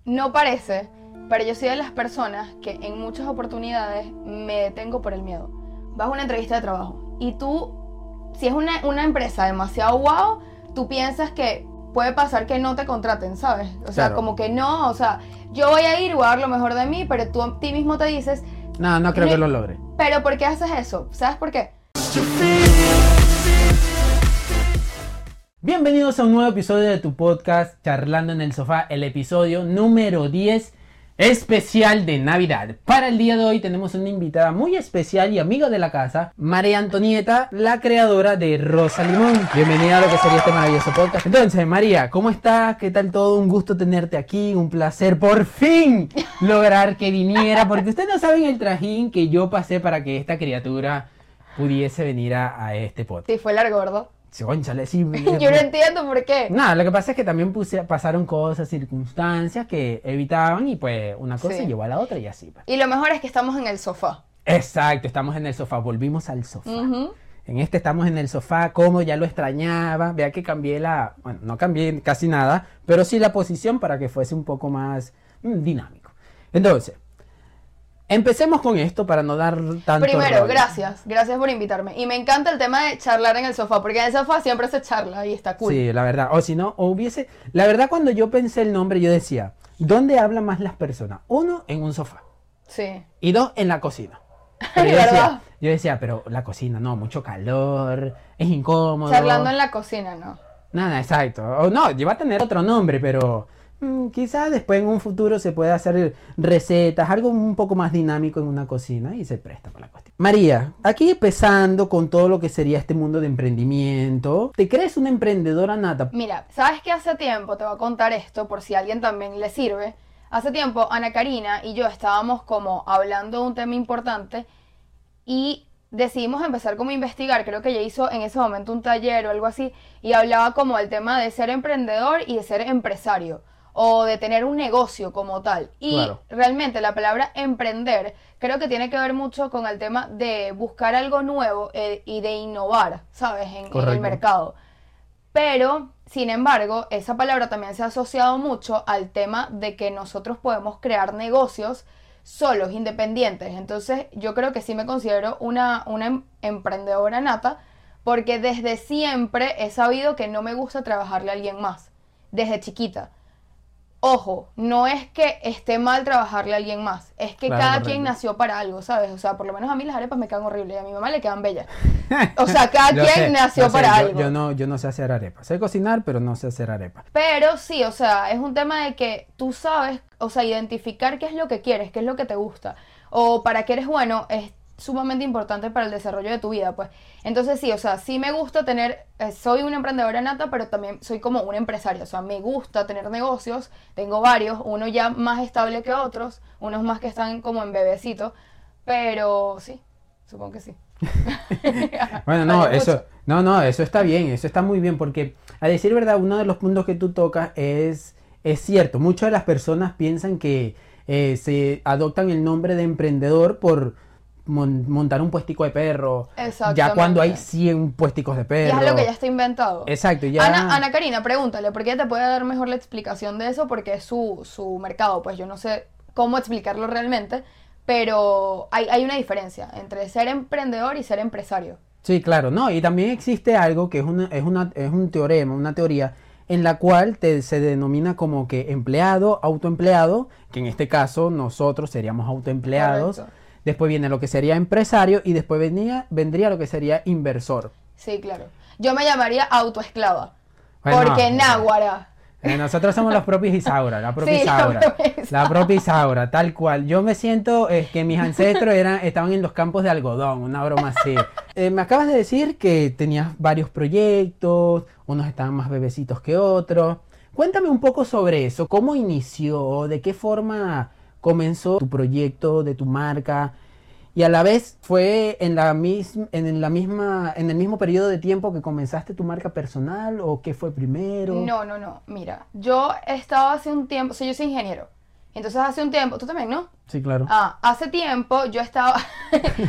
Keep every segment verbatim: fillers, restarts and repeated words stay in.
no parece, pero yo soy de las personas que en muchas oportunidades me detengo por el miedo. Vas a una entrevista de trabajo y tú, si es una, una empresa demasiado guau, tú piensas que puede pasar que no te contraten, ¿sabes? O sea, Claro. como que no, o sea, yo voy a ir, voy a dar lo mejor de mí, pero tú a ti mismo te dices, No, no creo "Ni- que lo logre. pero ¿por qué haces eso? ¿Sabes por qué? Bienvenidos a un nuevo episodio de tu podcast Charlando en el Sofá, el episodio número diez, especial de Navidad. Para el día de hoy tenemos una invitada muy especial y amiga de la casa, María Antonieta, la creadora de Rosa Limón. Bienvenida a lo que sería este maravilloso podcast. Entonces, María, ¿cómo estás? ¿Qué tal todo? Un gusto tenerte aquí, un placer por fin lograr que viniera, porque ustedes no saben el trajín que yo pasé para que esta criatura pudiese venir a, a este podcast. Sí, fue largo, ¿verdad? Cónchale, sí. Yo no entiendo por qué. Nada, lo que pasa es que también puse, pasaron cosas, circunstancias que evitaban y pues una cosa Sí. llevó a la otra y así. Pues. Y lo mejor es que estamos en el sofá. Exacto, estamos en el sofá, volvimos al sofá. Ujú. En este estamos en el sofá, como ya lo extrañaba. Vea que cambié la, bueno, no cambié casi nada, pero sí la posición para que fuese un poco más mm, dinámico. Entonces, empecemos con esto para no dar tanto Primero, rollo. gracias, gracias por invitarme. Y me encanta el tema de charlar en el sofá, porque en el sofá siempre se charla y está cool. Sí, la verdad. O si no, o hubiese... La verdad, cuando yo pensé el nombre, yo decía, ¿dónde hablan más las personas? Uno, en un sofá. Sí. Y dos, en la cocina. Pero yo, ¿Verdad? decía, yo decía, pero la cocina, no, mucho calor, es incómodo. Charlando en la cocina, ¿no? Nada, exacto. O no, lleva a tener otro nombre, pero mm, quizás después en un futuro se pueda hacer recetas, algo un poco más dinámico en una cocina y se presta para la cuestión. María, aquí empezando con todo lo que sería este mundo de emprendimiento, ¿te crees una emprendedora nata? Mira, ¿sabes qué? Hace tiempo, te voy a contar esto por si a alguien también le sirve. Hace tiempo, Ana Karina y yo estábamos como hablando de un tema importante y decidimos empezar como a investigar. Creo que ella hizo en ese momento un taller o algo así y hablaba como del tema de ser emprendedor y de ser empresario o de tener un negocio como tal. Y Claro. realmente la palabra emprender creo que tiene que ver mucho con el tema de buscar algo nuevo eh, y de innovar, ¿sabes? En, en el Correcto. mercado. Pero, sin embargo, esa palabra también se ha asociado mucho al tema de que nosotros podemos crear negocios solos, independientes. Entonces, yo creo que sí me considero una, una em- emprendedora nata, porque desde siempre he sabido que no me gusta trabajarle a alguien más, desde chiquita. Ojo, no es que esté mal trabajarle a alguien más, es que Claro, cada correcto. quien nació para algo, ¿sabes? O sea, por lo menos a mí las arepas me quedan horribles y a mi mamá le quedan bellas. O sea, cada Lo quien sé, nació lo sé, para yo- algo. Yo no, yo no sé hacer arepas. Sé cocinar, pero no sé hacer arepas. Pero sí, o sea, es un tema de que tú sabes, o sea, identificar qué es lo que quieres, qué es lo que te gusta, o para qué eres bueno, es sumamente importante para el desarrollo de tu vida, pues. Entonces sí, o sea, sí me gusta tener, eh, soy una emprendedora nata, pero también soy como una empresaria, o sea, me gusta tener negocios, tengo varios, uno ya más estable que otros, unos más que están como en bebecito, pero sí, supongo que sí. Bueno, no, Vale, eso, mucho. no, no, eso está bien, eso está muy bien, porque a decir verdad, uno de los puntos que tú tocas es, es cierto, muchas de las personas piensan que eh, se adoptan el nombre de emprendedor por mon- montar un puestico de perro, ya Exactamente. cuando hay cien puesticos de Y perro. es algo que ya está inventado. Exacto, ya. Ana, Ana Karina, pregúntale, porque ella te puede dar mejor la explicación de eso, porque es su, su mercado, pues yo no sé cómo explicarlo realmente, pero hay, hay una diferencia entre ser emprendedor y ser empresario. Sí, claro, no, y también existe algo que es una, es una, es un teorema, una teoría en la cual te, se denomina como que empleado, autoempleado, que en este caso nosotros seríamos autoempleados. Correcto. Después viene lo que sería empresario y después venía, vendría lo que sería inversor. Sí, claro. Yo me llamaría autoesclava, Bueno, porque no, náguara. Eh, nosotros somos los propios Isaura, la propia Sí, la Isaura. propia Isaura. La propia Isaura, tal cual. Yo me siento eh, que mis ancestros eran, estaban en los campos de algodón, una broma así. Eh, me acabas de decir que tenías varios proyectos, unos estaban más bebecitos que otros. Cuéntame un poco sobre eso, cómo inició, de qué forma comenzó tu proyecto, de tu marca. Y a la vez fue en la, mis, en la misma, en el mismo periodo de tiempo que comenzaste tu marca personal, o qué fue primero. No, no, no. Mira, yo estaba hace un tiempo, o sea, yo soy ingeniero. Entonces hace un tiempo, tú también, ¿no? Sí, claro. Ah, hace tiempo yo estaba,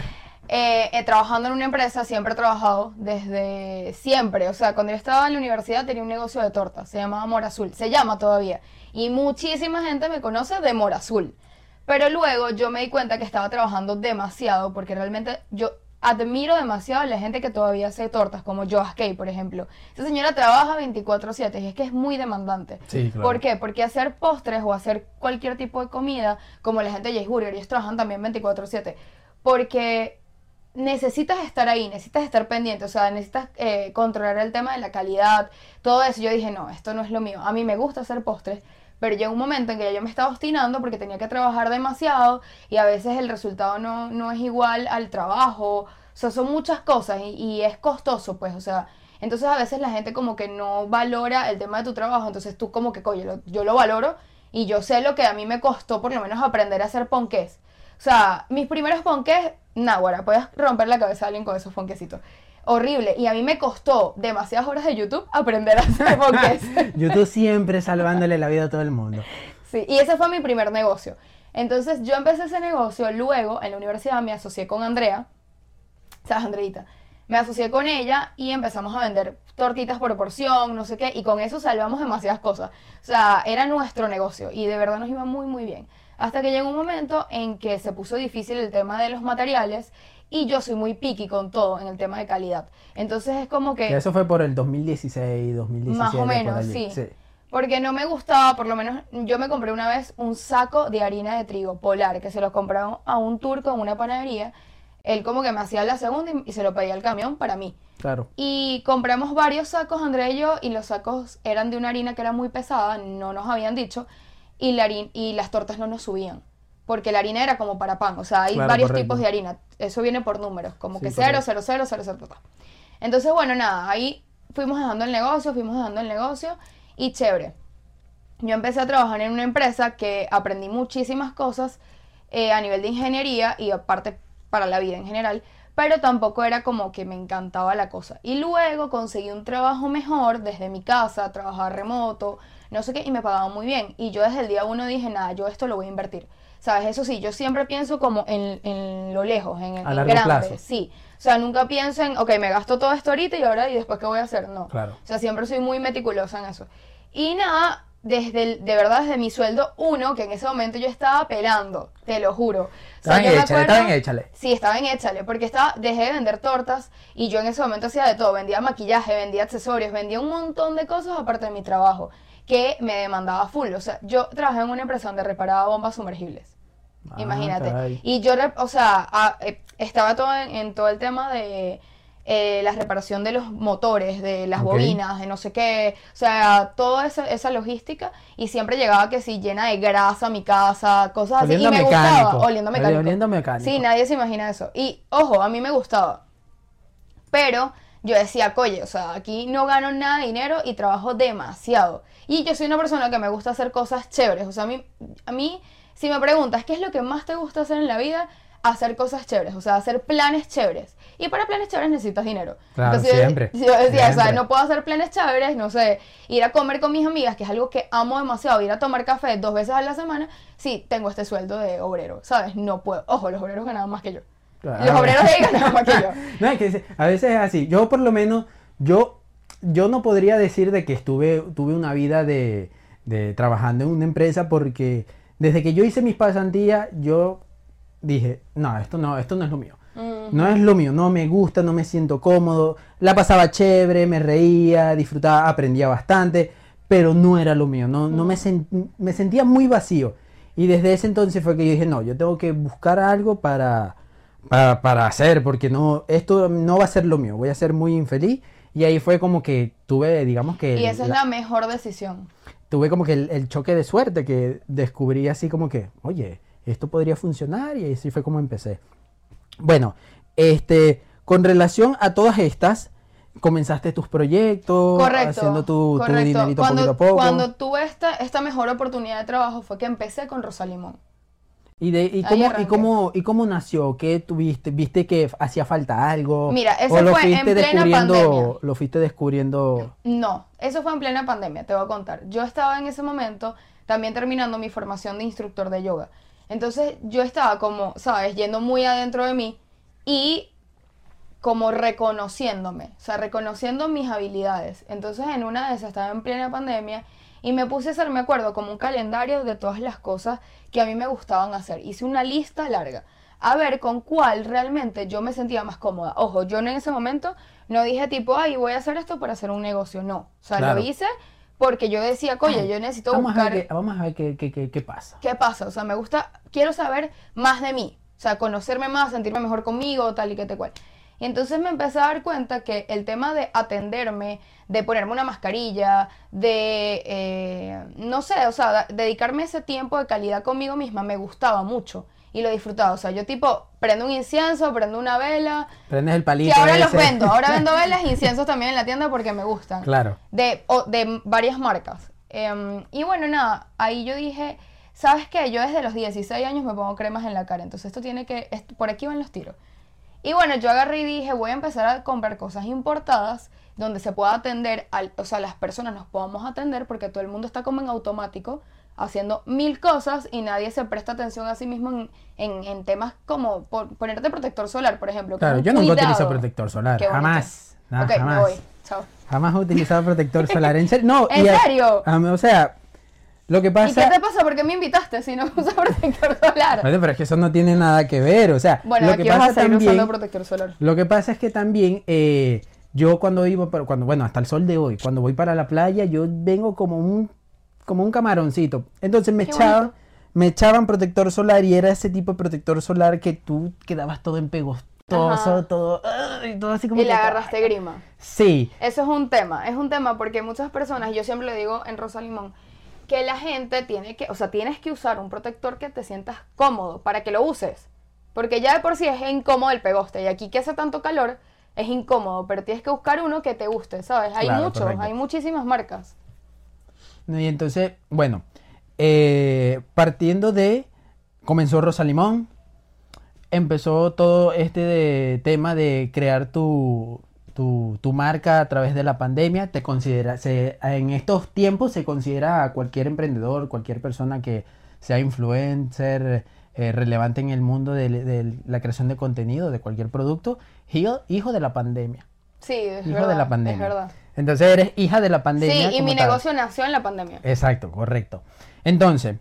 eh, eh, trabajando en una empresa, siempre he trabajado desde siempre. O sea, cuando yo estaba en la universidad tenía un negocio de tortas, se llamaba Mora Azul, se llama todavía. Y muchísima gente me conoce de Mora Azul. Pero luego yo me di cuenta que estaba trabajando demasiado, porque realmente yo admiro demasiado a la gente que todavía hace tortas, como Joas Kay, por ejemplo. Esa señora trabaja veinticuatro siete y es que es muy demandante. Sí, claro. ¿Por qué? Porque hacer postres o hacer cualquier tipo de comida, como la gente de Jay's Burger, ellos trabajan también veinticuatro siete. Porque necesitas estar ahí, necesitas estar pendiente, o sea, necesitas eh, controlar el tema de la calidad, todo eso. Yo dije, no, esto no es lo mío. A mí me gusta hacer postres, pero llegó un momento en que ya yo me estaba obstinando porque tenía que trabajar demasiado y a veces el resultado no, no es igual al trabajo. O sea, son muchas cosas y, y es costoso, pues, o sea, entonces a veces la gente como que no valora el tema de tu trabajo, entonces tú como que, oye, lo, yo lo valoro y yo sé lo que a mí me costó por lo menos aprender a hacer ponqués. O sea, mis primeros ponqués, náguara, puedes romper la cabeza a alguien con esos ponquecitos. Horrible. Y a mí me costó demasiadas horas de YouTube aprender a hacer ponqués. YouTube siempre salvándole la vida a todo el mundo. Sí, y ese fue mi primer negocio. Entonces yo empecé ese negocio, luego en la universidad me asocié con Andrea, ¿sabes, Andreita? Me asocié con ella y empezamos a vender tortitas por porción, no sé qué, y con eso salvamos demasiadas cosas. O sea, era nuestro negocio y de verdad nos iba muy, muy bien. Hasta que llegó un momento en que se puso difícil el tema de los materiales y yo soy muy picky con todo en el tema de calidad. Entonces es como que... Que eso fue por el dos mil dieciséis, dos mil diecisiete. Más o menos, sí. sí. Porque no me gustaba, por lo menos yo me compré una vez un saco de harina de trigo Polar, que se lo compré a un turco en una panadería. Él como que me hacía la segunda y, y se lo pedía al camión para mí. Claro. Y compramos varios sacos, André y yo, y los sacos eran de una harina que era muy pesada, no nos habían dicho, y, la harina, y las tortas no nos subían. Porque la harina era como para pan, o sea, hay claro, varios correcto. tipos de harina, eso viene por números, como sí, que cero, cero, cero, cero, cero, cero. Entonces, bueno, nada, ahí fuimos dejando el negocio, fuimos dejando el negocio, y chévere. Yo empecé a trabajar en una empresa que aprendí muchísimas cosas eh, a nivel de ingeniería y aparte para la vida en general, pero tampoco era como que me encantaba la cosa. Y luego conseguí un trabajo mejor desde mi casa, trabajar remoto, no sé qué, y me pagaban muy bien. Y yo desde el día uno dije, nada, yo esto lo voy a invertir. ¿Sabes? Eso sí, yo siempre pienso como en, en lo lejos, en, a en largo grande. Plazo. Sí. O sea, nunca pienso en, ok, me gasto todo esto ahorita y ahora, ¿y después qué voy a hacer? No. Claro. O sea, siempre soy muy meticulosa en eso. Y nada, desde el, de verdad, desde mi sueldo uno, que en ese momento yo estaba pelando, te lo juro. O sea, estaba en échale, estaba en échale. Sí, estaba en échale, porque estaba, dejé de vender tortas y yo en ese momento hacía de todo. Vendía maquillaje, vendía accesorios, vendía un montón de cosas aparte de mi trabajo, que me demandaba full. O sea, yo trabajé en una empresa donde reparaba bombas sumergibles. Ah, imagínate. Caray. Y yo, o sea, a, eh, estaba todo en, en todo el tema de eh, la reparación de los motores, de las okay. bobinas, de no sé qué. O sea, toda esa, esa logística. Y siempre llegaba que sí, llena de grasa a mi casa, cosas oliendo así. Y me mecánico. gustaba. Oliendo mecánico. Oliendo mecánico. Sí, nadie se imagina eso. Y, ojo, a mí me gustaba. Pero yo decía, oye, o sea, aquí no gano nada de dinero y trabajo demasiado. Y yo soy una persona que me gusta hacer cosas chéveres. O sea, a mí... A mí si me preguntas, ¿qué es lo que más te gusta hacer en la vida? Hacer cosas chéveres, o sea, hacer planes chéveres. Y para planes chéveres necesitas dinero. Claro, Entonces, siempre. Yo, yo decía, siempre. o sea, no puedo hacer planes chéveres, no sé, ir a comer con mis amigas, que es algo que amo demasiado, ir a tomar café dos veces a la semana, sí, tengo este sueldo de obrero, ¿sabes? No puedo. Ojo, los obreros ganaban más que yo. Claro. Los obreros de ahí ganaban más que yo. No, es que a veces es así. Yo, por lo menos, yo, yo no podría decir de que estuve, tuve una vida de, de trabajando en una empresa porque... Desde que yo hice mis pasantías, yo dije, no, esto no, esto no es lo mío. Uh-huh. No es lo mío, no me gusta, no me siento cómodo. La pasaba chévere, me reía, disfrutaba, aprendía bastante, pero no era lo mío. No, uh-huh. no me, sen- me sentía muy vacío. Y desde ese entonces fue que yo dije, no, yo tengo que buscar algo para, para, para hacer, porque no, esto no va a ser lo mío, voy a ser muy infeliz. Y ahí fue como que tuve, digamos que... Y esa es la, la mejor decisión. Tuve como que el, el choque de suerte que descubrí así como que, oye, esto podría funcionar y así fue como empecé. Bueno, este, con relación a todas estas, comenzaste tus proyectos, correcto, haciendo tu, tu dinerito cuando, poquito a poco. Cuando tuve esta, esta mejor oportunidad de trabajo fue que empecé con Rosalimón. ¿Y, de, y, cómo, y, cómo, ¿Y cómo nació? ¿Qué tuviste? ¿Viste que hacía falta algo? Mira, eso ¿O lo fue fuiste en plena pandemia? ¿Lo fuiste descubriendo? No, eso fue en plena pandemia, te voy a contar. Yo estaba en ese momento también terminando mi formación de instructor de yoga. Entonces yo estaba como, ¿sabes? Yendo muy adentro de mí y como reconociéndome, o sea, reconociendo mis habilidades. Entonces en una de esas estaba en plena pandemia y me puse a hacer, me acuerdo, como un calendario de todas las cosas que a mí me gustaban hacer. Hice una lista larga, a ver con cuál realmente yo me sentía más cómoda. Ojo, yo en ese momento no dije tipo, ay, voy a hacer esto para hacer un negocio, no. O sea, Claro. lo hice porque yo decía, oye, yo necesito Vamos buscar... a ver, qué, vamos a ver qué, qué, qué, qué pasa. ¿Qué pasa? O sea, me gusta, quiero saber más de mí. O sea, conocerme más, sentirme mejor conmigo, tal y que te cual. Y entonces me empecé a dar cuenta que el tema de atenderme, de ponerme una mascarilla, de, eh, no sé, o sea, de- dedicarme ese tiempo de calidad conmigo misma me gustaba mucho y lo disfrutaba. O sea, yo tipo, prendo un incienso, prendo una vela, Prendes el palito. que ahora los ese. vendo. Ahora vendo velas e inciensos también en la tienda porque me gustan. Claro. De, o- de varias marcas. Em, y bueno, nada, ahí yo dije, ¿sabes qué? Yo desde los dieciséis años me pongo cremas en la cara. Entonces esto tiene que, esto- por aquí van los tiros. Y bueno, yo agarré y dije, voy a empezar a comprar cosas importadas donde se pueda atender, al, o sea, las personas nos podamos atender porque todo el mundo está como en automático haciendo mil cosas y nadie se presta atención a sí mismo en, en, en temas como por, ponerte protector solar, por ejemplo. que Claro, es un yo nunca cuidado. utilizo protector solar. Qué bonito. Jamás. Nada, Ok, jamás. me voy. Chao. Jamás he utilizado protector solar. ¿En serio? No, ¿En y a- serio? a mí, o sea, lo que ¿Y pasa... qué te pasa? ¿Por qué me invitaste si no usas protector solar? Bueno, pero es que eso no tiene nada que ver, o sea, Bueno, lo aquí que vas pasa a seguir también, usando protector solar. lo que pasa es que también eh, yo cuando iba, para- cuando bueno, hasta el sol de hoy, cuando voy para la playa, yo vengo como un, como un camaroncito, entonces me Qué echaban, bonito. me echaban protector solar y era ese tipo de protector solar que tú quedabas todo empegostoso, Ajá. todo, ¡ay! Todo así como Y le que- agarraste grima. Sí, Eso es un tema, es un tema porque muchas personas, yo siempre le digo en Rosa Limón, que la gente tiene que, o sea, tienes que usar un protector que te sientas cómodo para que lo uses. Porque ya de por sí es incómodo el pegoste y aquí que hace tanto calor es incómodo, pero tienes que buscar uno que te guste, ¿sabes? Hay Claro, muchos, correcto. hay muchísimas marcas. y entonces, bueno, eh, partiendo de, comenzó Rosa Limón, empezó todo este de- tema de crear tu, tu, tu marca a través de la pandemia. Te considera, se, en estos tiempos se considera a cualquier emprendedor, cualquier persona que sea influencer, eh, relevante en el mundo de, de la creación de contenido, de cualquier producto, hijo, hijo de la pandemia. Sí, es Hijo verdad, de la pandemia. es verdad. Entonces eres hija de la pandemia. Sí, y como mi tal. negocio nació en la pandemia. Exacto, correcto. Entonces,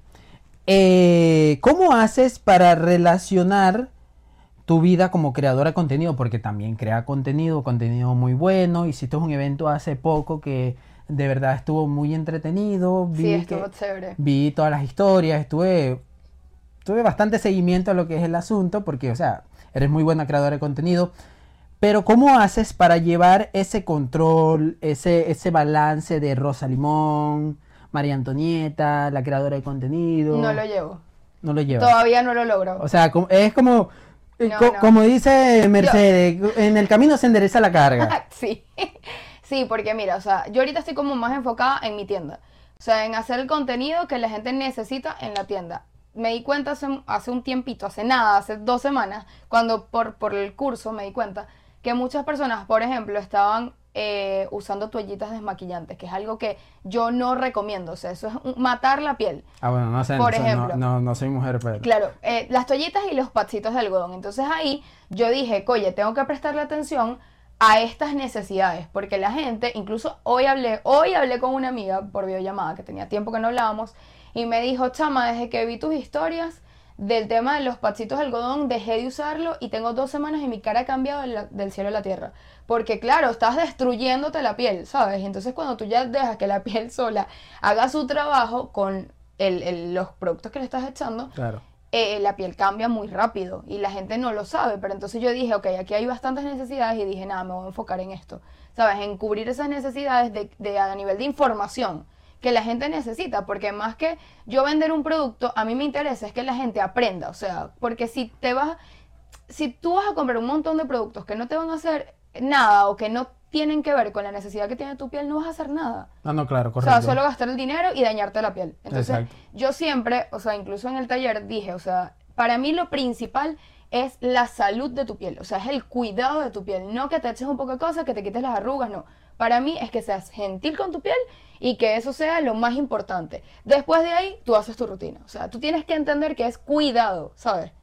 eh, ¿cómo haces para relacionar tu vida como creadora de contenido? Porque también crea contenido, contenido muy bueno. Hiciste un evento hace poco que de verdad estuvo muy entretenido. Vi, Sí, que- estuvo chévere. vi todas las historias, estuve, tuve bastante seguimiento a lo que es el asunto, porque, o sea, eres muy buena creadora de contenido. Pero ¿cómo haces para llevar ese control, ese, ese balance de Rosa Limón, María Antonieta, la creadora de contenido? No lo llevo. No lo llevas. Todavía no lo logro. O sea, como- es como, eh, No, co- no. como dice Mercedes, en el camino se endereza la carga. Sí, sí, porque mira, o sea, yo ahorita estoy como más enfocada en mi tienda. O sea, en hacer el contenido que la gente necesita en la tienda. Me di cuenta hace, hace un tiempito, hace nada, hace dos semanas, cuando por, por el curso me di cuenta que muchas personas, por ejemplo, estaban eh, usando toallitas desmaquillantes, que es algo que yo no recomiendo. O sea, eso es un- matar la piel. Ah, bueno, no sé, Por no, sé, no- ejemplo. no, no soy mujer, pero... Claro, eh, las toallitas y los patsitos de algodón. Entonces ahí yo dije, oye, tengo que prestarle atención a estas necesidades, porque la gente, incluso hoy hablé, hoy hablé con una amiga por videollamada, que tenía tiempo que no hablábamos, y me dijo, chama, desde que vi tus historias del tema de los patsitos de algodón, dejé de usarlo y tengo dos semanas y mi cara ha cambiado de la- del cielo a la tierra. Porque claro, estás destruyéndote la piel, ¿sabes? Entonces cuando tú ya dejas que la piel sola haga su trabajo con el- el- los productos que le estás echando, Claro. eh, la piel cambia muy rápido y la gente no lo sabe, pero entonces yo dije, ok, aquí hay bastantes necesidades y dije, nada, me voy a enfocar en esto, ¿sabes? En cubrir esas necesidades de, de- a nivel de información que la gente necesita, porque más que yo vender un producto, a mí me interesa es que la gente aprenda, o sea, porque si te vas, si tú vas a comprar un montón de productos que no te van a hacer nada o que no tienen que ver con la necesidad que tiene tu piel, no vas a hacer nada. No, no, claro, O correcto. sea, solo gastar el dinero y dañarte la piel. Entonces, Exacto. yo siempre, o sea, incluso en el taller dije, o sea, para mí lo principal es la salud de tu piel, o sea, es el cuidado de tu piel, no que te eches un poco de cosas, que te quites las arrugas, no. Para mí es que seas gentil con tu piel y que eso sea lo más importante. Después de ahí, tú haces tu rutina. O sea, tú tienes que entender que es cuidado, ¿sabes?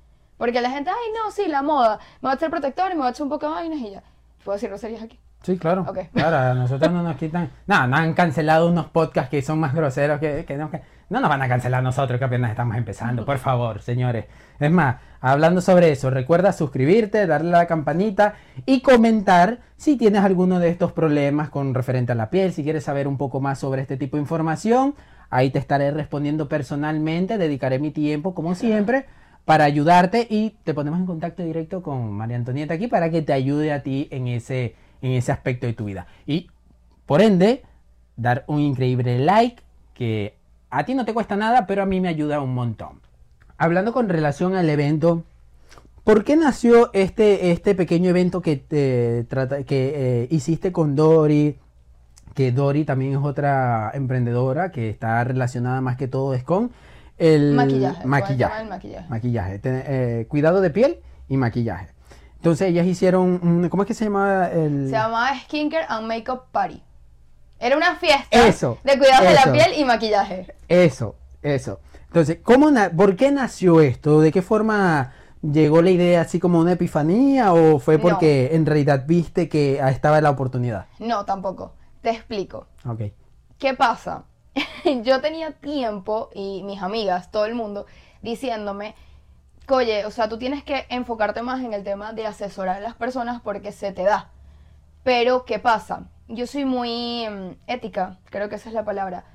Porque la gente, ay, no, sí, la moda. Me voy a hacer protector y me voy a echar un poco de vainas y ya. ¿Puedo decir groserías aquí? Sí, claro. Ok. Claro, a nosotros no nos quitan. No, no han cancelado unos podcasts que son más groseros que, que no. Que, no nos van a cancelar a nosotros que apenas estamos empezando. Por favor, señores. Es más, hablando sobre eso, recuerda suscribirte, darle a la campanita y comentar si tienes alguno de estos problemas con referente a la piel. Si quieres saber un poco más sobre este tipo de información, ahí te estaré respondiendo personalmente. Dedicaré mi tiempo, como siempre, para ayudarte y te ponemos en contacto directo con María Antonieta aquí para que te ayude a ti en ese, en ese aspecto de tu vida. Y, por ende, dar un increíble like que a ti no te cuesta nada, pero a mí me ayuda un montón. Hablando con relación al evento, ¿por qué nació este, este pequeño evento que, te, trata, que eh, hiciste con Dori? Que Dori también es otra emprendedora que está relacionada más que todo es con el Maquillaje. maquillaje. El maquillaje. maquillaje. Ten- eh, cuidado de piel y maquillaje. Entonces ellas hicieron, un- ¿cómo es que se llama? El... Se llamaba Skincare and Makeup Party. Era una fiesta Eso, de cuidado de eso. la piel y maquillaje. Eso, eso. Entonces, ¿cómo na- ¿por qué nació esto? ¿De qué forma llegó la idea así como una epifanía o fue porque en realidad viste que ah, estaba la oportunidad? No, tampoco. Te explico. Ok. ¿Qué pasa? Yo tenía tiempo y mis amigas, todo el mundo, diciéndome, oye, o sea, tú tienes que enfocarte más en el tema de asesorar a las personas porque se te da. Pero, ¿qué pasa? Yo soy muy mm, ética, creo que esa es la palabra.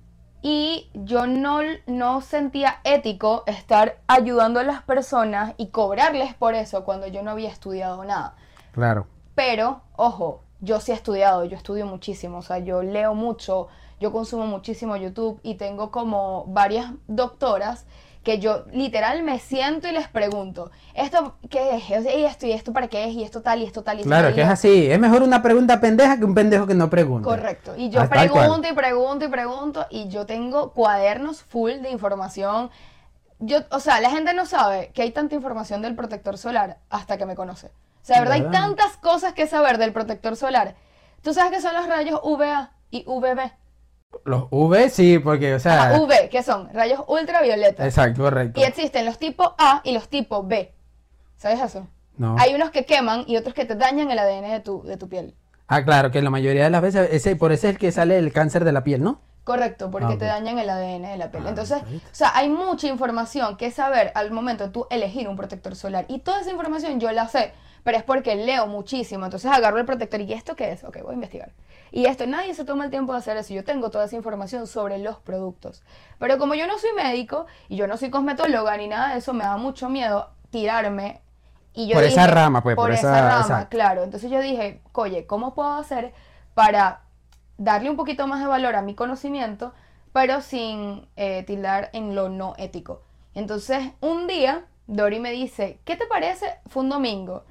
Y yo no, no sentía ético estar ayudando a las personas y cobrarles por eso cuando yo no había estudiado nada. Claro. Pero, ojo, yo sí he estudiado, yo estudio muchísimo, o sea, yo leo mucho, yo consumo muchísimo YouTube y tengo como varias doctoras que yo literal me siento y les pregunto, ¿esto qué es? ¿Y esto y esto para qué es? ¿Y esto tal y esto tal y esto Claro, tal? que es así. Es mejor una pregunta pendeja que un pendejo que no pregunte. Correcto. Y yo Ah, tal cual. pregunto y pregunto y pregunto y yo tengo cuadernos full de información. Yo, o sea, la gente no sabe que hay tanta información del protector solar hasta que me conoce. O sea, de verdad hay ¿Verdad? tantas cosas que saber del protector solar. ¿Tú sabes qué son los rayos U V A y U V B? Los V sí, porque, o sea... Ajá, U V, ¿qué son? Rayos ultravioletas. Exacto, correcto. Y existen los tipos A y los tipos B. ¿Sabes eso? No. Hay unos que queman y otros que te dañan el A D N de tu, de tu piel. Ah, claro, que la mayoría de las veces, ese, por eso es el que sale el cáncer de la piel, ¿no? Correcto, porque Ah, ok. te dañan el A D N de la piel. Ah, Entonces, ¿viste? o sea, hay mucha información que saber al momento de tú elegir un protector solar. Y toda esa información yo la sé, pero es porque leo muchísimo. Entonces agarro el protector y ¿esto qué es? Ok, voy a investigar. Y esto, nadie se toma el tiempo de hacer eso. Yo tengo toda esa información sobre los productos. Pero como yo no soy médico y yo no soy cosmetóloga ni nada de eso, me da mucho miedo tirarme. Y yo Por dije, esa rama, pues, por, por esa, esa- rama, exacto. claro. Entonces yo dije, oye, ¿cómo puedo hacer para darle un poquito más de valor a mi conocimiento, pero sin eh, tildar en lo no ético? Entonces, un día, Dori me dice, ¿qué te parece? Fue un domingo.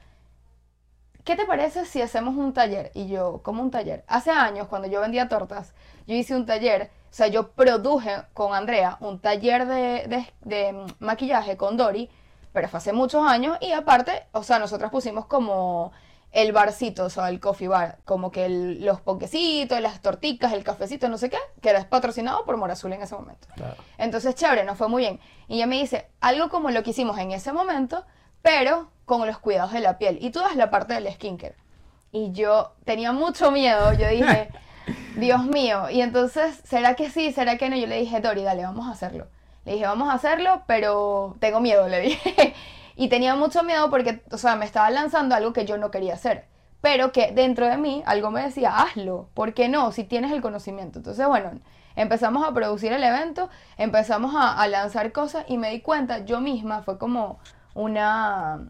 ¿Qué te parece si hacemos un taller? Y yo, ¿cómo un taller? Hace años, cuando yo vendía tortas, yo hice un taller, o sea, yo produje con Andrea un taller de, de, de maquillaje con Dori, pero fue hace muchos años y aparte, o sea, nosotros pusimos como el barcito, o sea, el coffee bar, como que el- los ponquecitos, las torticas, el cafecito, no sé qué, que era patrocinado por Mora Azul en ese momento. Claro. Entonces, chévere, nos fue muy bien. Y ella me dice, algo como lo que hicimos en ese momento, pero con los cuidados de la piel. Y tú das la parte del skincare. Y yo tenía mucho miedo, yo dije, Dios mío. Y entonces, ¿será que sí? ¿Será que no? Yo le dije, Dori, dale, vamos a hacerlo. Le dije, vamos a hacerlo, pero tengo miedo, le dije. Y tenía mucho miedo porque, o sea, me estaba lanzando algo que yo no quería hacer. Pero que dentro de mí algo me decía, hazlo. ¿Por qué no? Si tienes el conocimiento. Entonces, bueno, empezamos a producir el evento, empezamos a, a lanzar cosas y me di cuenta, yo misma, fue como una,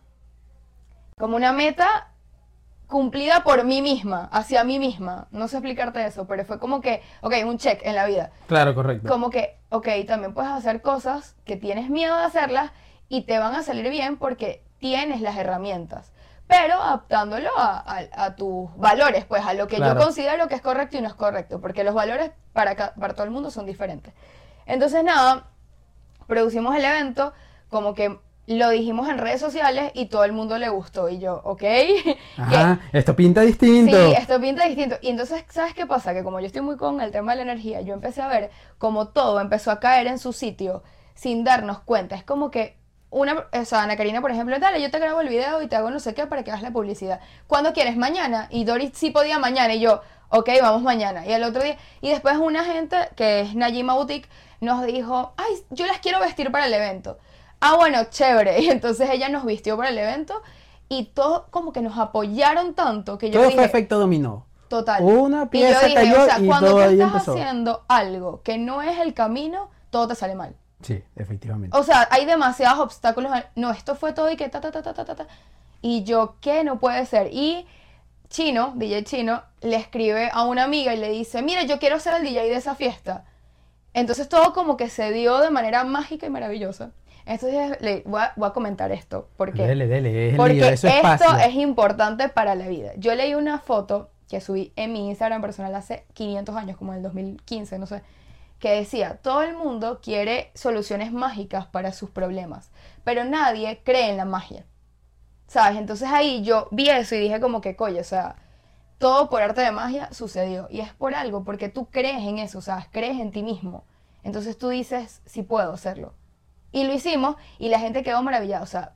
como una meta cumplida por mí misma, hacia mí misma. No sé explicarte eso, pero fue como que, ok, un check en la vida. Claro, correcto. Como que, ok, también puedes hacer cosas que tienes miedo de hacerlas y te van a salir bien porque tienes las herramientas, pero adaptándolo a, a- a tus valores, pues a lo que Claro. yo considero que es correcto y no es correcto, porque los valores para, ca- para todo el mundo son diferentes. Entonces, nada, producimos el evento, como que lo dijimos en redes sociales y todo el mundo le gustó. Y yo, ok, que- Ajá, esto pinta distinto. sí, esto pinta distinto. Y entonces, ¿sabes qué pasa? Que como yo estoy muy con el tema de la energía, yo empecé a ver como todo empezó a caer en su sitio sin darnos cuenta. Es como que una, o sea, Ana Karina, por ejemplo, dale, yo te grabo el video y te hago no sé qué para que hagas la publicidad. ¿Cuándo quieres? Mañana. Y Doris sí podía mañana y yo, ok, vamos mañana. Y el otro día, y después una gente que es Najima Boutique nos dijo, ay, yo las quiero vestir para el evento. Ah, bueno, chévere. Y entonces ella nos vistió para el evento y todos como que nos apoyaron tanto que yo Todo dije, fue efecto dominó. total. Una Y yo pieza dije, cayó o sea, y cuando todo tú ahí estás empezó. haciendo algo que no es el camino, todo te sale mal. Sí, efectivamente. O sea, hay demasiados obstáculos. No, esto fue todo y que ta, ta, ta, ta, ta, ta, ta. Y yo, ¿qué? No puede ser. Y Chino, D J Chino, le escribe a una amiga y le dice, mira, yo quiero ser el D J de esa fiesta. Entonces todo como que se dio de manera mágica y maravillosa. Entonces le voy a, voy a comentar esto. Porque, Dele, dele, es el porque lío, eso es esto espacio. es importante para la vida. Yo leí una foto que subí en mi Instagram personal hace quinientos años, como en el dos mil quince, no sé, que decía, todo el mundo quiere soluciones mágicas para sus problemas, pero nadie cree en la magia, ¿sabes? Entonces ahí yo vi eso y dije como que, coño, o sea, todo por arte de magia sucedió, y es por algo, porque tú crees en eso, o sea, crees en ti mismo, entonces tú dices, sí puedo hacerlo, y lo hicimos, y la gente quedó maravillada, o sea,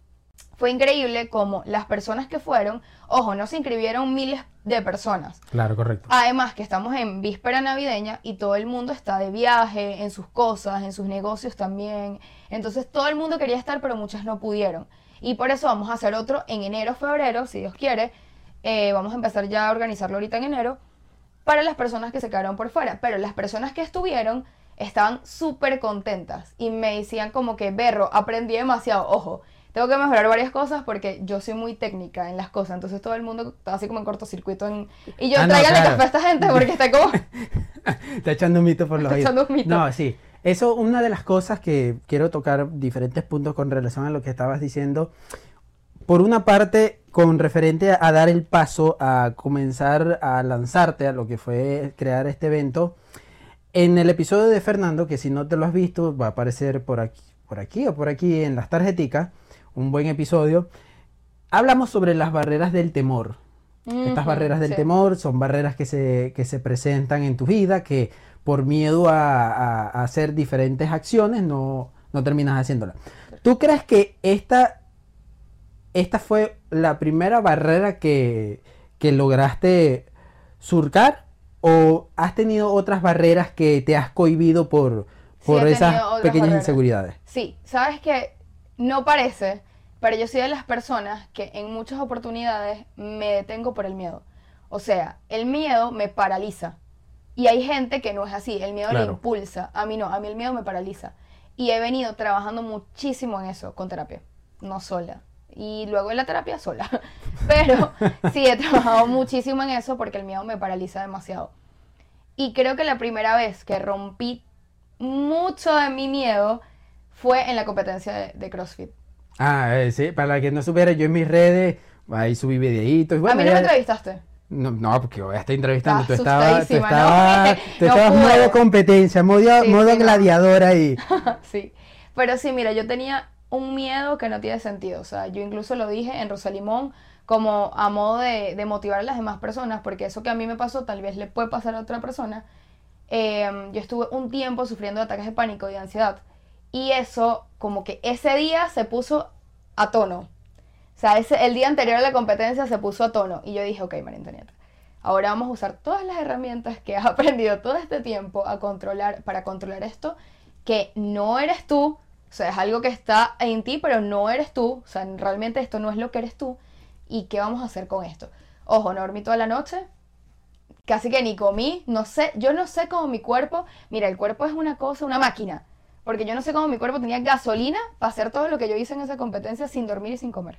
fue increíble como las personas que fueron, ojo, no se inscribieron miles de personas. Claro, correcto. Además que estamos en víspera navideña y todo el mundo está de viaje, en sus cosas, en sus negocios también. Entonces todo el mundo quería estar, pero muchas no pudieron. Y por eso vamos a hacer otro en enero, febrero, si Dios quiere. Eh, vamos a empezar ya a organizarlo ahorita en enero para las personas que se quedaron por fuera. Pero las personas que estuvieron estaban súper contentas y me decían como que, Berro, aprendí demasiado, ojo. Tengo que mejorar varias cosas porque yo soy muy técnica en las cosas. Entonces todo el mundo está así como en cortocircuito. En... Y yo, Ah, no, tráigale claro. café a esta gente porque está como... Está echando un mito por los Está oídos. echando un mito. No, sí. Eso, una de las cosas que quiero tocar diferentes puntos con relación a lo que estabas diciendo. Por una parte, con referente a, a dar el paso a comenzar a lanzarte a lo que fue crear este evento. En el episodio de Fernando, que si no te lo has visto, va a aparecer por aquí, por aquí o por aquí en las tarjeticas. Un buen episodio. Hablamos sobre las barreras del temor. Uh-huh, Estas barreras del sí. temor son barreras que se, que se presentan en tu vida, que por miedo a, a- a hacer diferentes acciones no, no terminas haciéndolas. ¿Tú crees que esta, esta fue la primera barrera que, que lograste surcar? ¿O has tenido otras barreras que te has cohibido por, Sí, por he esas tenido otras pequeñas barreras. inseguridades? Sí, sabes que no parece, pero yo soy de las personas que en muchas oportunidades me detengo por el miedo. O sea, el miedo me paraliza. Y hay gente que no es así, el miedo le Claro. impulsa. A mí no, a mí el miedo me paraliza. Y he venido trabajando muchísimo en eso, con terapia, no sola. Y luego en la terapia sola. Pero sí, he trabajado muchísimo en eso porque el miedo me paraliza demasiado. Y creo que la primera vez que rompí mucho de mi miedo fue en la competencia de, de CrossFit. Ah, eh, sí, para la que no supiera, yo en mis redes, ahí subí videitos. Y a bueno, mí no me ya- entrevistaste. No, no, porque voy a estar entrevistando. Tú Estaba estabas, tú asustadísima, estabas, ¿no? tú No estabas pude. modo competencia, modo, Sí, modo sí, no. gladiadora y... Sí. Pero sí, mira, yo tenía un miedo que no tiene sentido. O sea, yo incluso lo dije en Rosalimón como a modo de, de motivar a las demás personas, porque eso que a mí me pasó tal vez le puede pasar a otra persona. Eh, yo estuve un tiempo sufriendo de ataques de pánico y de ansiedad. Y eso, como que ese día se puso a tono. O sea, ese, el día anterior a la competencia se puso a tono. Y yo dije, ok, María Antonieta, ahora vamos a usar todas las herramientas que has aprendido todo este tiempo a controlar, para controlar esto, que no eres tú. O sea, es algo que está en ti, pero no eres tú. O sea, realmente esto no es lo que eres tú. ¿Y qué vamos a hacer con esto? Ojo, no dormí toda la noche. Casi que ni comí. No sé, yo no sé cómo mi cuerpo... Mira, el cuerpo es una cosa, una máquina. Porque yo no sé cómo mi cuerpo tenía gasolina para hacer todo lo que yo hice en esa competencia sin dormir y sin comer.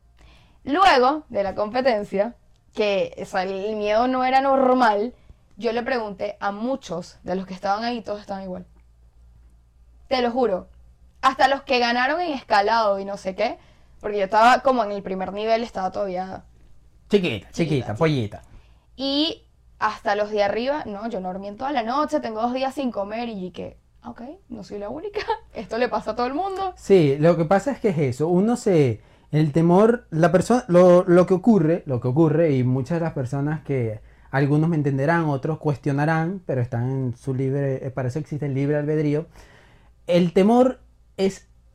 Luego de la competencia, que o sea, el miedo no era normal, yo le pregunté a muchos de los que estaban ahí, todos estaban igual. Te lo juro. Hasta los que ganaron en escalado y no sé qué, porque yo estaba como en el primer nivel, estaba todavía... Chiquita, chiquita, Chiquita, pollita. Y hasta los de arriba, no, yo no dormí en toda la noche, tengo dos días sin comer y que, ok, no soy la única, esto le pasa a todo el mundo. Sí, lo que pasa es que es eso, uno se... El temor, la persona, lo, lo que ocurre, lo que ocurre, y muchas de las personas que algunos me entenderán, otros cuestionarán, pero están en su libre, eh, para eso existe el libre albedrío. El temor es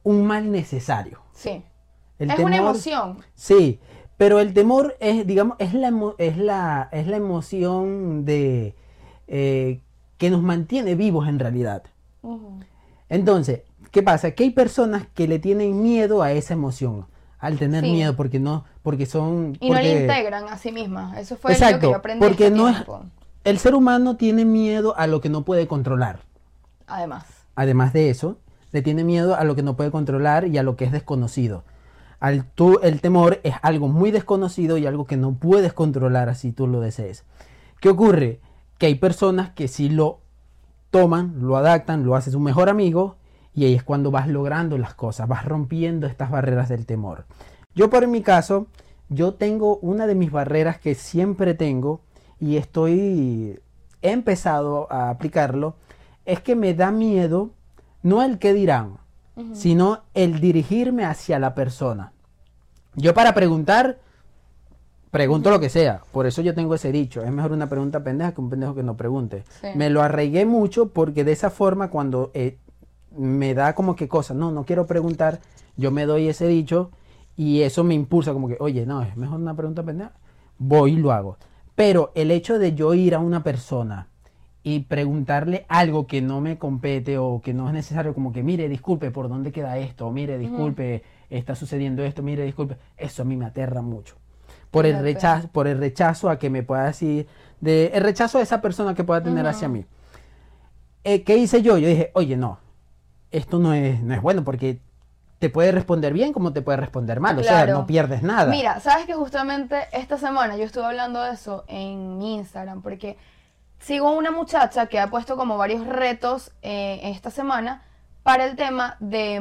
un mal necesario. Sí. El es temor, una emoción. Sí, pero el temor es, digamos, es la, emo- es la, es la emoción de eh, que nos mantiene vivos en realidad. Ujú. Entonces, ¿qué pasa? Que hay personas que le tienen miedo a esa emoción, al tener Sí. miedo, porque no, porque son, Y no porque, le integran a sí mismas. Eso fue lo exacto, que yo aprendí porque este no es, tiempo. el ser humano tiene miedo a lo que no puede controlar. Además. Además de eso, le tiene miedo a lo que no puede controlar y a lo que es desconocido. Al tú, el temor es algo muy desconocido y algo que no puedes controlar así tú lo desees. ¿Qué ocurre? Que hay personas que sí lo toman, lo adaptan, lo hacen su mejor amigo y ahí es cuando vas logrando las cosas, vas rompiendo estas barreras del temor. Yo por mi caso, yo tengo una de mis barreras que siempre tengo y estoy, he empezado a aplicarlo, es que me da miedo, no el qué dirán, Ujú. sino el dirigirme hacia la persona. Yo para preguntar, pregunto lo que sea. Por eso yo tengo ese dicho. Es mejor una pregunta pendeja que un pendejo que no pregunte. Sí. Me lo arraigué mucho porque de esa forma cuando eh, me da como que cosas, no, no quiero preguntar, yo me doy ese dicho y eso me impulsa como que, oye, no, es mejor una pregunta pendeja. Voy y lo hago. Pero el hecho de yo ir a una persona y preguntarle algo que no me compete o que no es necesario, como que, mire, disculpe, ¿por dónde queda esto? Mire, disculpe, está sucediendo esto, mire, disculpe. Eso a mí me aterra mucho. Por el Fíjate. rechazo, por el rechazo a que me pueda decir, de, el rechazo de esa persona que pueda tener Ujú. hacia mí. Eh, ¿qué hice yo? Yo dije, oye, no, esto no es, no es bueno porque te puede responder bien como te puede responder mal. O sea, Claro. no pierdes nada. Mira, sabes que justamente esta semana yo estuve hablando de eso en mi Instagram porque sigo una muchacha que ha puesto como varios retos eh, esta semana para el tema de,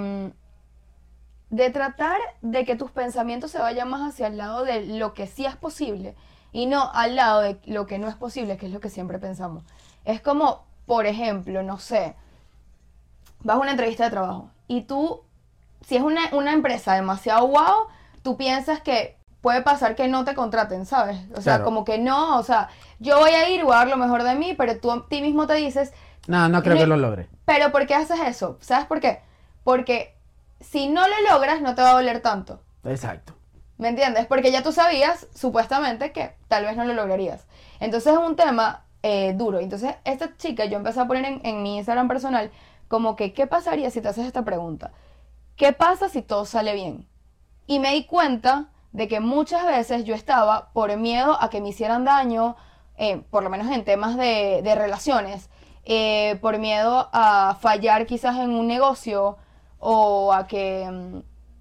mm, de tratar de que tus pensamientos se vayan más hacia el lado de lo que sí es posible y no al lado de lo que no es posible, que es lo que siempre pensamos. Es como, por ejemplo, no sé, vas a una entrevista de trabajo y tú, si es una, una empresa demasiado guau, tú piensas que puede pasar que no te contraten, ¿sabes? O sea, Claro. como que no, o sea, yo voy a ir, voy a dar lo mejor de mí, pero tú a ti mismo te dices, No, no creo No- que lo logre. pero ¿por qué haces eso? ¿Sabes por qué? Porque si no lo logras, no te va a doler tanto. Exacto. ¿Me entiendes? Porque ya tú sabías, supuestamente, que tal vez no lo lograrías. Entonces es un tema eh, duro. Entonces, esta chica, yo empecé a poner en, en mi Instagram personal, como que, ¿qué pasaría si te haces esta pregunta? ¿Qué pasa si todo sale bien? Y me di cuenta de que muchas veces yo estaba por miedo a que me hicieran daño, eh, por lo menos en temas de, de relaciones, eh, por miedo a fallar quizás en un negocio o a que mm,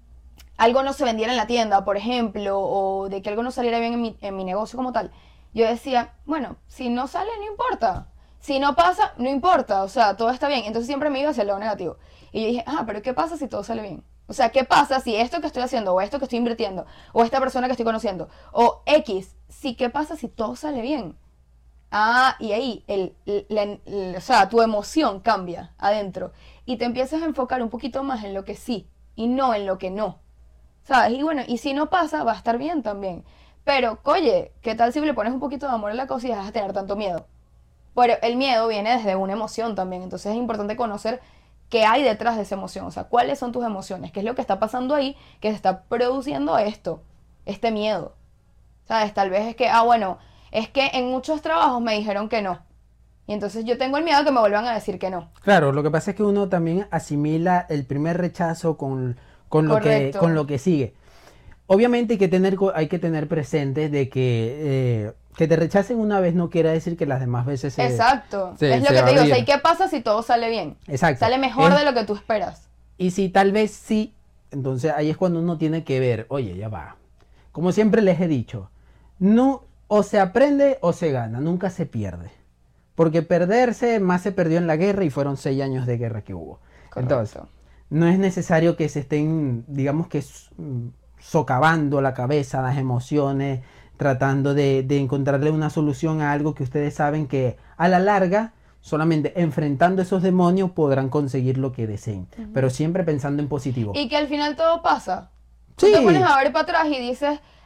algo no se vendiera en la tienda, por ejemplo, o de que algo no saliera bien en mi, en mi negocio como tal. Yo decía, bueno, si no sale, no importa. Si no pasa, no importa. O sea, todo está bien. Entonces siempre me iba hacia el lado negativo. Y yo dije, ah, pero ¿qué pasa si todo sale bien? O sea, ¿qué pasa si esto que estoy haciendo, o esto que estoy invirtiendo, o esta persona que estoy conociendo, o X, sí, ¿qué pasa si todo sale bien? Ah, y ahí, el, el- la- el- o sea, tu emoción cambia adentro. Y te empiezas a enfocar un poquito más en lo que sí, y no en lo que no. ¿Sabes? Y bueno, y si no pasa, va a estar bien también. Pero, oye, ¿qué tal si le pones un poquito de amor a la cosa y dejas de tener tanto miedo? Pero el miedo viene desde una emoción también, entonces es importante conocer qué hay detrás de esa emoción, o sea, cuáles son tus emociones, qué es lo que está pasando ahí, que se está produciendo esto, este miedo. ¿Sabes? Tal vez es que, ah, bueno, es que en muchos trabajos me dijeron que no. Y entonces yo tengo el miedo de que me vuelvan a decir que no. Claro, lo que pasa es que uno también asimila el primer rechazo con, con, lo, que, Correcto. con lo que sigue. Obviamente hay que tener, co- hay que tener presente de que, eh, que te rechacen una vez no quiere decir que las demás veces se... Exacto. se- es lo se que va te a digo, o sea, abrir. ¿y qué pasa si todo sale bien? Exacto. Sale mejor Es- de lo que tú esperas. Y si tal vez sí, entonces ahí es cuando uno tiene que ver, oye, ya va. Como siempre les he dicho, no, o se aprende o se gana, nunca se pierde. Porque perderse más se perdió en la guerra y fueron seis años de guerra que hubo. Entonces, Correcto. no es necesario que se estén, digamos que s- mm, socavando la cabeza, las emociones, tratando de, de encontrarle una solución a algo que ustedes saben que a la larga, solamente enfrentando esos demonios podrán conseguir lo que deseen. Pero siempre pensando en positivo. Y que al final todo pasa. Tú Sí. te pones a ver para atrás y dices,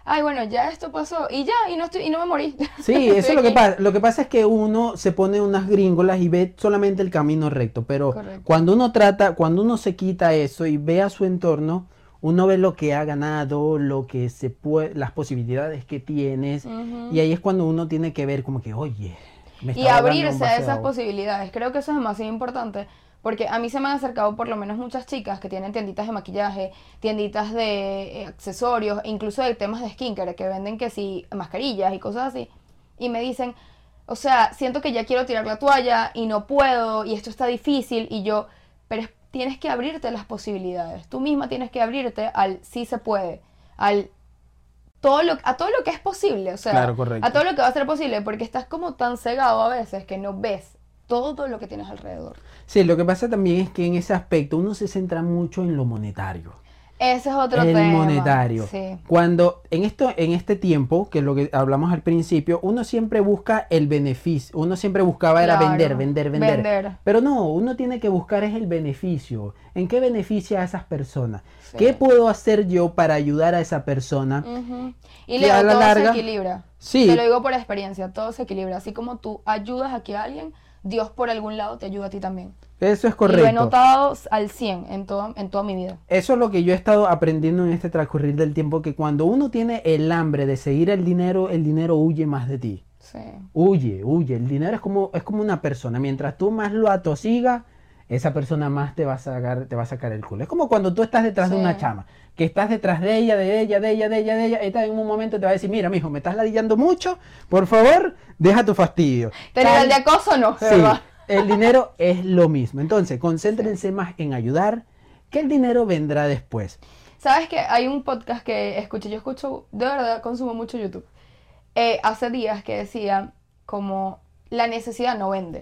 ay, bueno, ya esto pasó y ya, y no estoy, y no me morí. Sí, eso Estoy es lo que aquí. pasa. Lo que pasa es que uno se pone unas gringolas y ve solamente el camino recto, pero Correcto. cuando uno trata, cuando uno se quita eso y ve a su entorno, uno ve lo que ha ganado, lo que se puede, las posibilidades que tienes, Ujú. y ahí es cuando uno tiene que ver como que, oye, me Y está ahogando un abrirse a vaso de esas agua. posibilidades. Creo que eso es demasiado importante porque a mí se me han acercado por lo menos muchas chicas que tienen tienditas de maquillaje, tienditas de eh, accesorios, e incluso de temas de skincare que venden que sí, mascarillas y cosas así. Y me dicen, o sea, siento que ya quiero tirar la toalla y no puedo y esto está difícil y yo, pero es- tienes que abrirte a las posibilidades. Tú misma tienes que abrirte al sí se puede, al todo lo, a todo lo que es posible, o sea, Claro, correcto. a todo lo que va a ser posible, porque estás como tan cegado a veces que no ves todo lo que tienes alrededor. Sí, lo que pasa también es que en ese aspecto uno se centra mucho en lo monetario. Ese es otro El tema. monetario. Sí. Cuando en esto, en este tiempo, que es lo que hablamos al principio, uno siempre busca el beneficio. Uno siempre buscaba era Claro, vender, vender, vender. vender. Pero no, uno tiene que buscar es el beneficio. ¿En qué beneficia a esas personas? Sí. ¿Qué puedo hacer yo para ayudar a esa persona? Ujú. Y Que Leo, a la todo larga- se equilibra. Sí. Te lo digo por experiencia, todo se equilibra. Así como tú ayudas a que alguien, Dios por algún lado te ayuda a ti también. Eso es Y correcto. lo he notado al cien en, todo, en toda mi vida. Eso es lo que yo he estado aprendiendo en este transcurrir del tiempo, que cuando uno tiene el hambre de seguir el dinero, el dinero huye más de ti. Sí. Huye, huye. El dinero es como, es como una persona. Mientras tú más lo atosigas, esa persona más te va a sacar, te va a sacar el culo. Es como cuando tú estás detrás de Sí. una chama, que estás detrás de ella, de ella, de ella, de ella, de ella, esta en un momento te va a decir, mira, mijo, me estás ladillando mucho, por favor, deja tu fastidio. ¿Te Tal- nivel de acoso no? Sí, ¿Verdad? el dinero es lo mismo. Entonces, concéntrense más en ayudar, que el dinero vendrá después. ¿Sabes que hay un podcast que escuché? Yo escucho, de verdad, consumo mucho YouTube. Eh, hace días que decía como la necesidad no vende.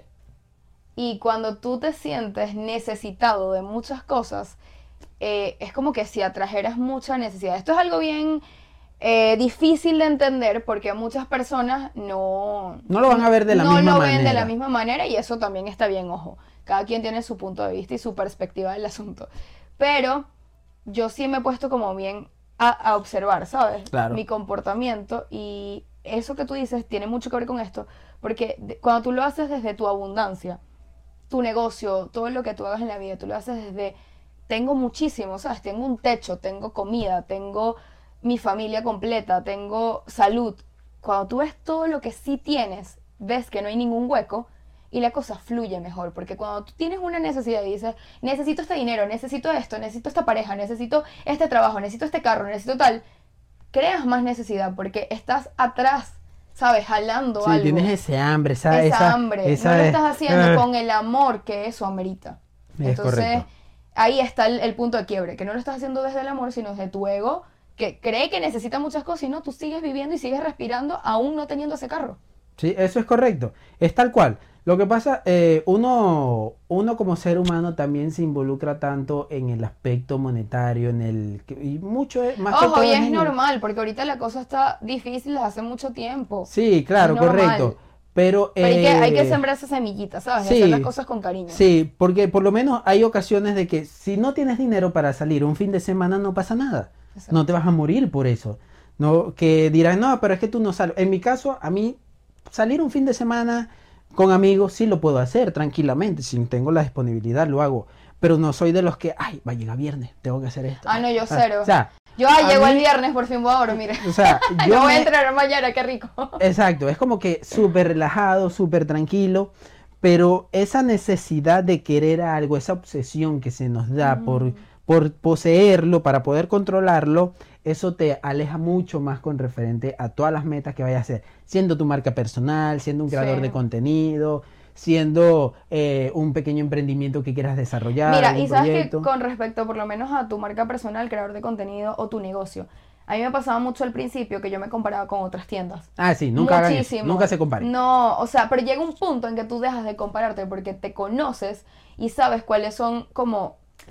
Y cuando tú te sientes necesitado de muchas cosas, eh, es como que si atrajeras mucha necesidad. Esto es algo bien eh, difícil de entender porque muchas personas no... No lo van a ver de la no misma lo ven de manera. la misma manera y eso también está bien, ojo. Cada quien tiene su punto de vista y su perspectiva del asunto. Pero yo sí me he puesto como bien a, a observar, ¿sabes? Claro. Mi comportamiento y eso que tú dices tiene mucho que ver con esto, porque de- cuando tú lo haces desde tu abundancia, tu negocio, todo lo que tú hagas en la vida, tú lo haces desde, tengo muchísimo, ¿sabes? Tengo un techo, tengo comida, tengo mi familia completa, tengo salud. Cuando tú ves todo lo que sí tienes, ves que no hay ningún hueco y la cosa fluye mejor, porque cuando tú tienes una necesidad y dices, necesito este dinero, necesito esto, necesito esta pareja, necesito este trabajo, necesito este carro, necesito tal, creas más necesidad porque estás atrás, ¿sabes? Jalando Sí, algo. tienes ese hambre, esa, esa, esa hambre. esa no lo es- estás haciendo ah, con el amor que eso amerita. Es Entonces, correcto. ahí está el, el punto de quiebre, que no lo estás haciendo desde el amor, sino desde tu ego, que cree que necesita muchas cosas y no, tú sigues viviendo y sigues respirando aún no teniendo ese carro. Sí, eso es correcto. Es tal cual. Lo que pasa, eh, uno, uno como ser humano también se involucra tanto en el aspecto monetario, en el que- y mucho es- más que Ojo, todo y es en- normal, porque ahorita la cosa está difícil desde hace mucho tiempo. Sí, claro, Es normal. correcto. Pero, Pero hay, que, hay que eh, sembrar esa semillita, ¿sabes? Y sí. hacer las cosas con cariño. Sí, porque por lo menos hay ocasiones de que si no tienes dinero para salir un fin de semana no pasa nada. Exacto. No te vas a morir por eso. No, que dirán, no, pero es que tú no sales. En mi caso, a mí salir un fin de semana con amigos sí lo puedo hacer tranquilamente. Si tengo la disponibilidad lo hago. Pero no soy de los que, ay, va a llegar viernes, tengo que hacer esto. Ah, no, yo cero. O sea, Yo, ay, a llegó el mí- viernes, por fin voy ahora, mire. o sea, Yo yo voy a me- entrenar mañana, qué rico. Exacto, es como que súper relajado, súper tranquilo, pero esa necesidad de querer algo, esa obsesión que se nos da por, por poseerlo, para poder controlarlo, eso te aleja mucho más con referente a todas las metas que vayas a hacer, siendo tu marca personal, siendo un creador Sí. de contenido, siendo eh, un pequeño emprendimiento que quieras desarrollar. Mira, algún y sabes proyecto. que con respecto por lo menos a tu marca personal, creador de contenido o tu negocio, a mí me pasaba mucho al principio que yo me comparaba con otras tiendas. Ah, sí, nunca hagan eso, Muchísimo. nunca se comparen. No, o sea, pero llega un punto en que tú dejas de compararte porque te conoces y sabes cuáles son como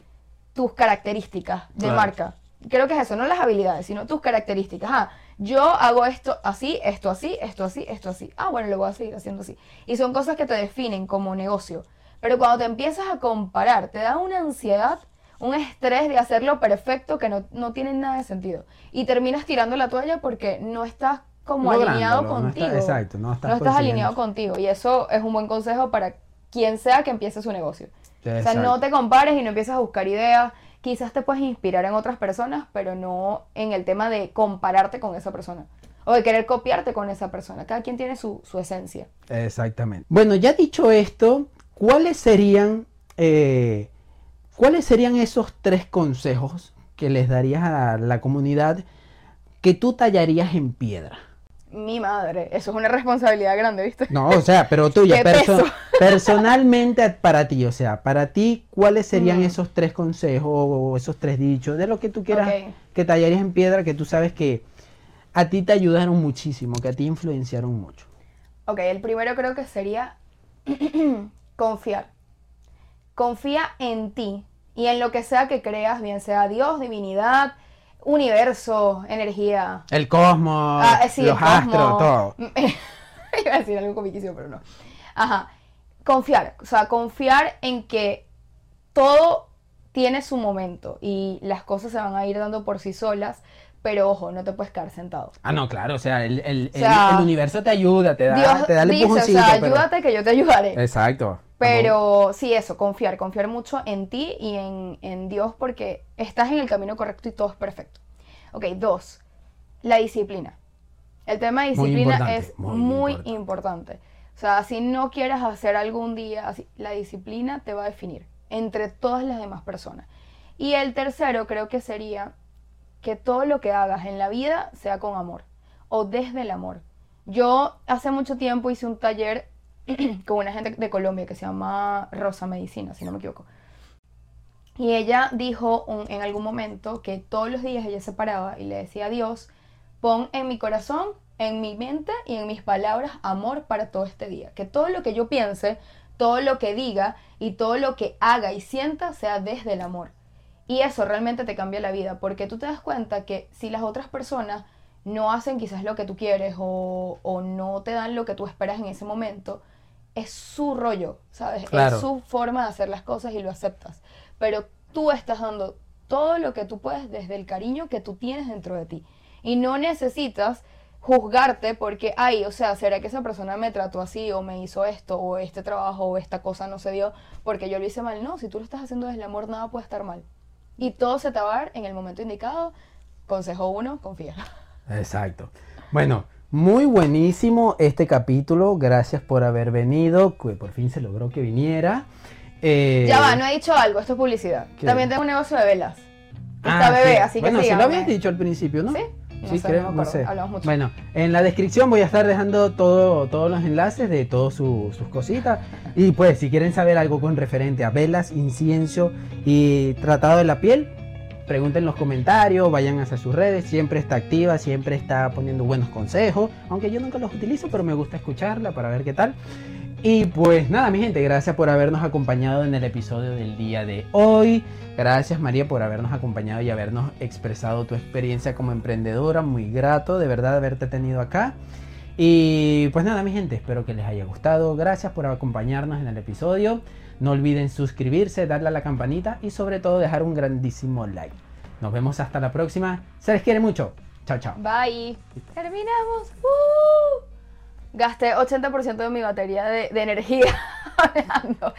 tus características de Claro. marca. Creo que es eso, no las habilidades, sino tus características. Ah, yo hago esto así, esto así, esto así, esto así. Ah, bueno, lo voy a seguir haciendo así. Y son cosas que te definen como negocio. Pero cuando te empiezas a comparar, te da una ansiedad, un estrés de hacerlo perfecto que no, no tiene nada de sentido. Y terminas tirando la toalla porque no estás como alineado Lográndolo, no contigo. está- exacto, no estás No estás consiguiendo. alineado contigo. Y eso es un buen consejo para quien sea que empiece su negocio. O sea, Exacto. no te compares y no empieces a buscar ideas. Quizás te puedes inspirar en otras personas, pero no en el tema de compararte con esa persona. O de querer copiarte con esa persona. Cada quien tiene su, su esencia. Exactamente. Bueno, ya dicho esto, ¿cuáles serían, eh, ¿cuáles serían esos tres consejos que les darías a la comunidad que tú tallarías en piedra? Mi madre, eso es una responsabilidad grande, ¿viste? No, o sea, pero tuya, ¿Qué perso- peso? personalmente para ti, o sea, para ti, ¿cuáles serían Mm. esos tres consejos o esos tres dichos de lo que tú quieras Ok. que tallarías en piedra que tú sabes que a ti te ayudaron muchísimo, que a ti influenciaron mucho? Ok, el primero creo que sería confiar. Confía en ti y en lo que sea que creas, bien sea Dios, divinidad, universo, energía. El cosmos, Ah, eh, sí, los el cosmos. astros, todo. Iba a decir algo comiquísimo, pero no. Ajá. Confiar. O sea, confiar en que todo tiene su momento y las cosas se van a ir dando por sí solas, pero ojo, no te puedes quedar sentado. Ah, no, claro, o sea, el, el- O sea, el- el universo te ayuda, te da, Dios te da el dice, o empujoncito, sea, pero- ayúdate que yo te ayudaré. Exacto. Pero sí, eso, confiar, confiar mucho en ti y en, en Dios porque estás en el camino correcto y todo es perfecto. Ok, dos, la disciplina. El tema de Muy disciplina importante, es muy muy, importante. importante. O sea, si no quieres hacer algún día, así, la disciplina te va a definir entre todas las demás personas. Y el tercero creo que sería que todo lo que hagas en la vida sea con amor o desde el amor. Yo hace mucho tiempo hice un taller con una gente de Colombia que se llama Rosa Medicina, si no me equivoco. Y ella dijo un- en algún momento que todos los días ella se paraba y le decía a Dios, pon en mi corazón, en mi mente y en mis palabras amor para todo este día. Que todo lo que yo piense, todo lo que diga y todo lo que haga y sienta sea desde el amor. Y eso realmente te cambia la vida, porque tú te das cuenta que si las otras personas no hacen quizás lo que tú quieres o, o no te dan lo que tú esperas en ese momento, es su rollo, ¿sabes? Claro. Es su forma de hacer las cosas y lo aceptas. Pero tú estás dando todo lo que tú puedes desde el cariño que tú tienes dentro de ti. Y no necesitas juzgarte porque, ay, o sea, ¿será que esa persona me trató así o me hizo esto o este trabajo o esta cosa no se dio porque yo lo hice mal? No, si tú lo estás haciendo desde el amor, nada puede estar mal. Y todo se te va a dar en el momento indicado. Consejo uno, confía. Exacto. Bueno, muy buenísimo este capítulo. Gracias por haber venido. Que por fin se logró que viniera. Eh, Ya va, no he dicho algo, esto es publicidad. ¿Qué? También tengo un negocio de velas. Está ah, bebé, sí. así que bueno, sí lo síganme. habías dicho al principio, ¿no? ¿Sí? No Sí, sé, creo, no me no acuerdo, sé. hablamos mucho. Bueno, en la descripción voy a estar dejando todo, todos los enlaces de todas su- sus cositas. Y pues, si quieren saber algo con referente a velas, incienso y tratado de la piel, pregunten en los comentarios, vayan hacia sus redes. Siempre está activa, siempre está poniendo buenos consejos. Aunque yo nunca los utilizo, pero me gusta escucharla para ver qué tal. Y pues nada, mi gente, gracias por habernos acompañado en el episodio del día de hoy. Gracias, María, por habernos acompañado y habernos expresado tu experiencia como emprendedora. Muy grato, de verdad, haberte tenido acá. Y pues nada, mi gente, espero que les haya gustado. Gracias por acompañarnos en el episodio. No olviden suscribirse, darle a la campanita y sobre todo dejar un grandísimo like. Nos vemos hasta la próxima. Se les quiere mucho. Chao, chao. Bye. Terminamos. ¡Uh! Gasté ochenta por ciento de mi batería de, de energía hablando.